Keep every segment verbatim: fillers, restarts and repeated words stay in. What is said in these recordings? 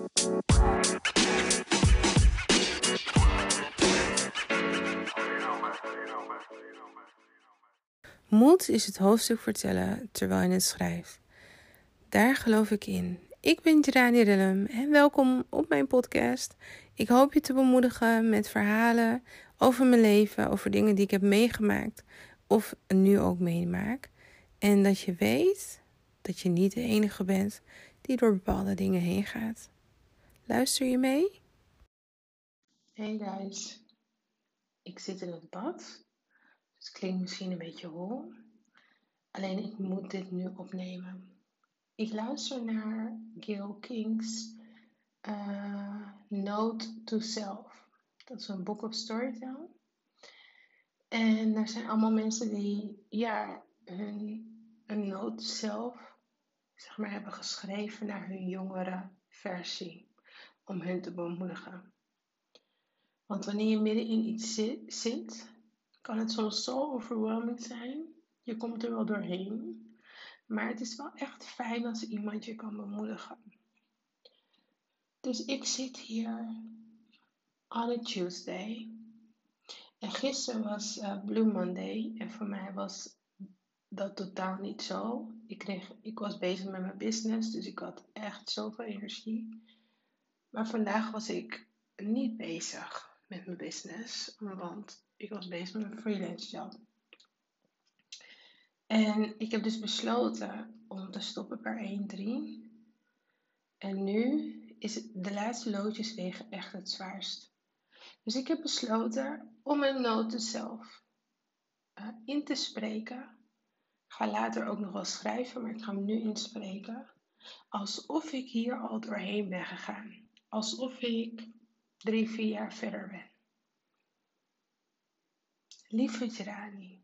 Moed is het hoofdstuk vertellen terwijl je het schrijft. Daar geloof ik in. Ik ben Jirani Rillem en welkom op mijn podcast. Ik hoop je te bemoedigen met verhalen over mijn leven, over dingen die ik heb meegemaakt of nu ook meemaak. En dat je weet dat je niet de enige bent die door bepaalde dingen heen gaat. Luister je mee? Hey guys, ik zit in het bad. Het klinkt misschien een beetje hol. Alleen ik moet dit nu opnemen. Ik luister naar Gayle King's uh, Note to Self. Dat is een boek op Storytel. En daar zijn allemaal mensen die ja, hun een note to self zeg maar, hebben geschreven naar hun jongere versie. Om hen te bemoedigen. Want wanneer je midden in iets zit, kan het soms zo overwhelming zijn. Je komt er wel doorheen. Maar het is wel echt fijn als iemand je kan bemoedigen. Dus ik zit hier on a Tuesday. En gisteren was uh, Blue Monday. En voor mij was dat totaal niet zo. Ik, kreeg, ik was bezig met mijn business. Dus ik had echt zoveel energie. Maar vandaag was ik niet bezig met mijn business. Want ik was bezig met mijn freelance job. En ik heb dus besloten om te stoppen per één drie. En nu is het, de laatste loodjes wegen echt het zwaarst. Dus ik heb besloten om een note zelf uh, in te spreken. Ik ga later ook nog wel schrijven, maar ik ga hem nu inspreken. Alsof ik hier al doorheen ben gegaan. Alsof ik drie, vier jaar verder ben. Lieve Jirani.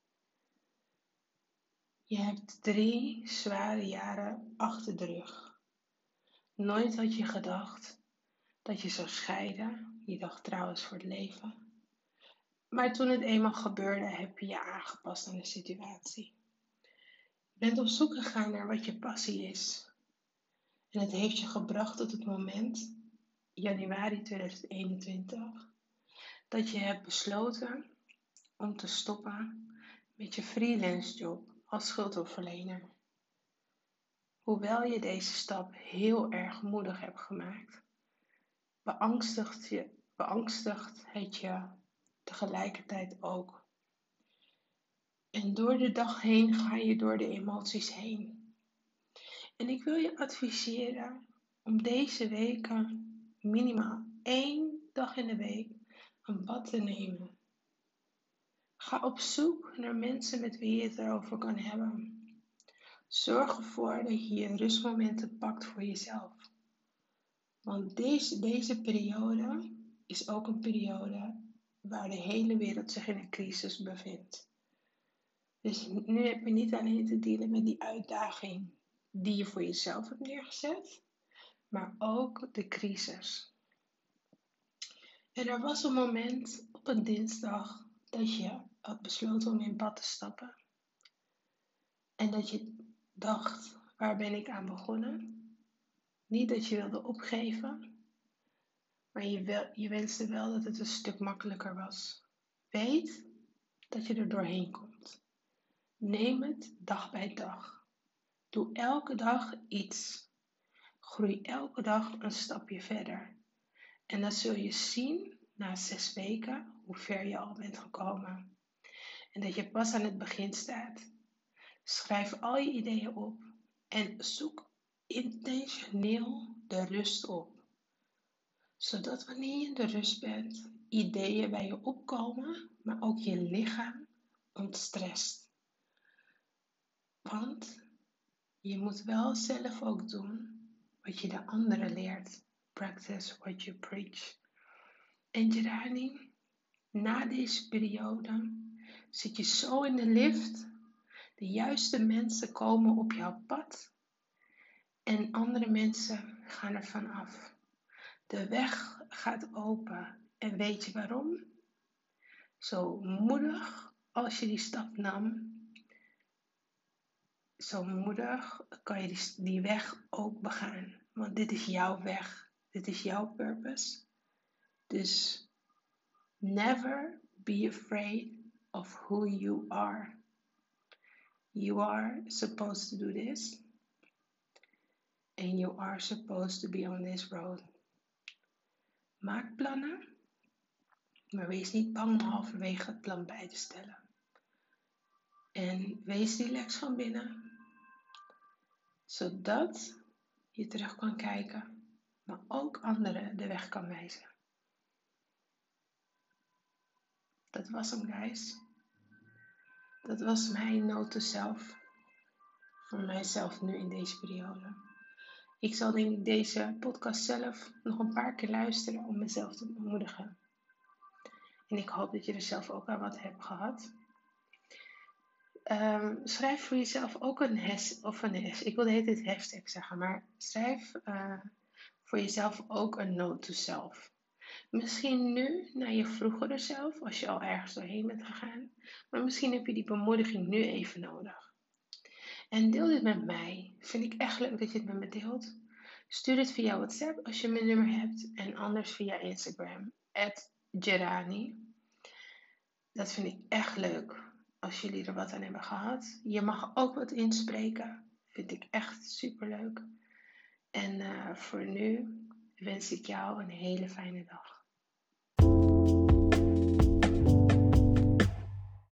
Je hebt drie zware jaren achter de rug. Nooit had je gedacht dat je zou scheiden. Je dacht trouwens voor het leven. Maar toen het eenmaal gebeurde, heb je je aangepast aan de situatie. Je bent op zoek gegaan naar wat je passie is. En het heeft je gebracht tot het moment, januari tweeduizend eenentwintig, dat je hebt besloten om te stoppen met je freelance job als schuldhulpverlener. Hoewel je deze stap heel erg moedig hebt gemaakt, beangstigt, je, beangstigt het je tegelijkertijd ook. En door de dag heen ga je door de emoties heen. En ik wil je adviseren om deze weken minimaal één dag in de week een bad te nemen. Ga op zoek naar mensen met wie je het erover kan hebben. Zorg ervoor dat je je rustmomenten pakt voor jezelf. Want deze, deze periode is ook een periode waar de hele wereld zich in een crisis bevindt. Dus nu heb je niet alleen te dealen met die uitdaging die je voor jezelf hebt neergezet, maar ook de crisis. En er was een moment op een dinsdag dat je had besloten om in bad te stappen. En dat je dacht, waar ben ik aan begonnen? Niet dat je wilde opgeven, maar je, wel, je wenste wel dat het een stuk makkelijker was. Weet dat je er doorheen komt. Neem het dag bij dag. Doe elke dag iets. Groei elke dag een stapje verder. En dan zul je zien, na zes weken, hoe ver je al bent gekomen. En dat je pas aan het begin staat. Schrijf al je ideeën op. En zoek intentioneel de rust op. Zodat wanneer je in de rust bent, ideeën bij je opkomen, maar ook je lichaam ontstrest. Want je moet wel zelf ook doen wat je de anderen leert. Practice what you preach. En Jirani, na deze periode zit je zo in de lift. De juiste mensen komen op jouw pad. En andere mensen gaan er van af. De weg gaat open. En weet je waarom? Zo moedig als je die stap nam, zo moedig kan je die, die weg ook begaan. Want dit is jouw weg. Dit is jouw purpose. Dus never be afraid of who you are. You are supposed to do this. And you are supposed to be on this road. Maak plannen, maar wees niet bang om halverwege het plan bij te stellen. En wees relaxed van binnen, zodat je terug kan kijken, maar ook anderen de weg kan wijzen. Dat was hem, guys. Dat was mijn note to self. Voor mijzelf nu in deze periode. Ik zal in deze podcast zelf nog een paar keer luisteren om mezelf te bemoedigen. En ik hoop dat je er zelf ook aan wat hebt gehad. Um, schrijf voor jezelf ook een has of een has. Ik wil de hele tijd hashtag zeggen, maar schrijf uh, voor jezelf ook een note to self. Misschien nu naar je vroegere zelf, als je al ergens doorheen bent gegaan. Maar misschien heb je die bemoediging nu even nodig. En deel dit met mij. Vind ik echt leuk dat je het met me deelt. Stuur het via WhatsApp als je mijn nummer hebt. En anders via Instagram. at Gerani. Dat vind ik echt leuk. Als jullie er wat aan hebben gehad. Je mag ook wat inspreken. Vind ik echt super leuk. En uh, voor nu wens ik jou een hele fijne dag.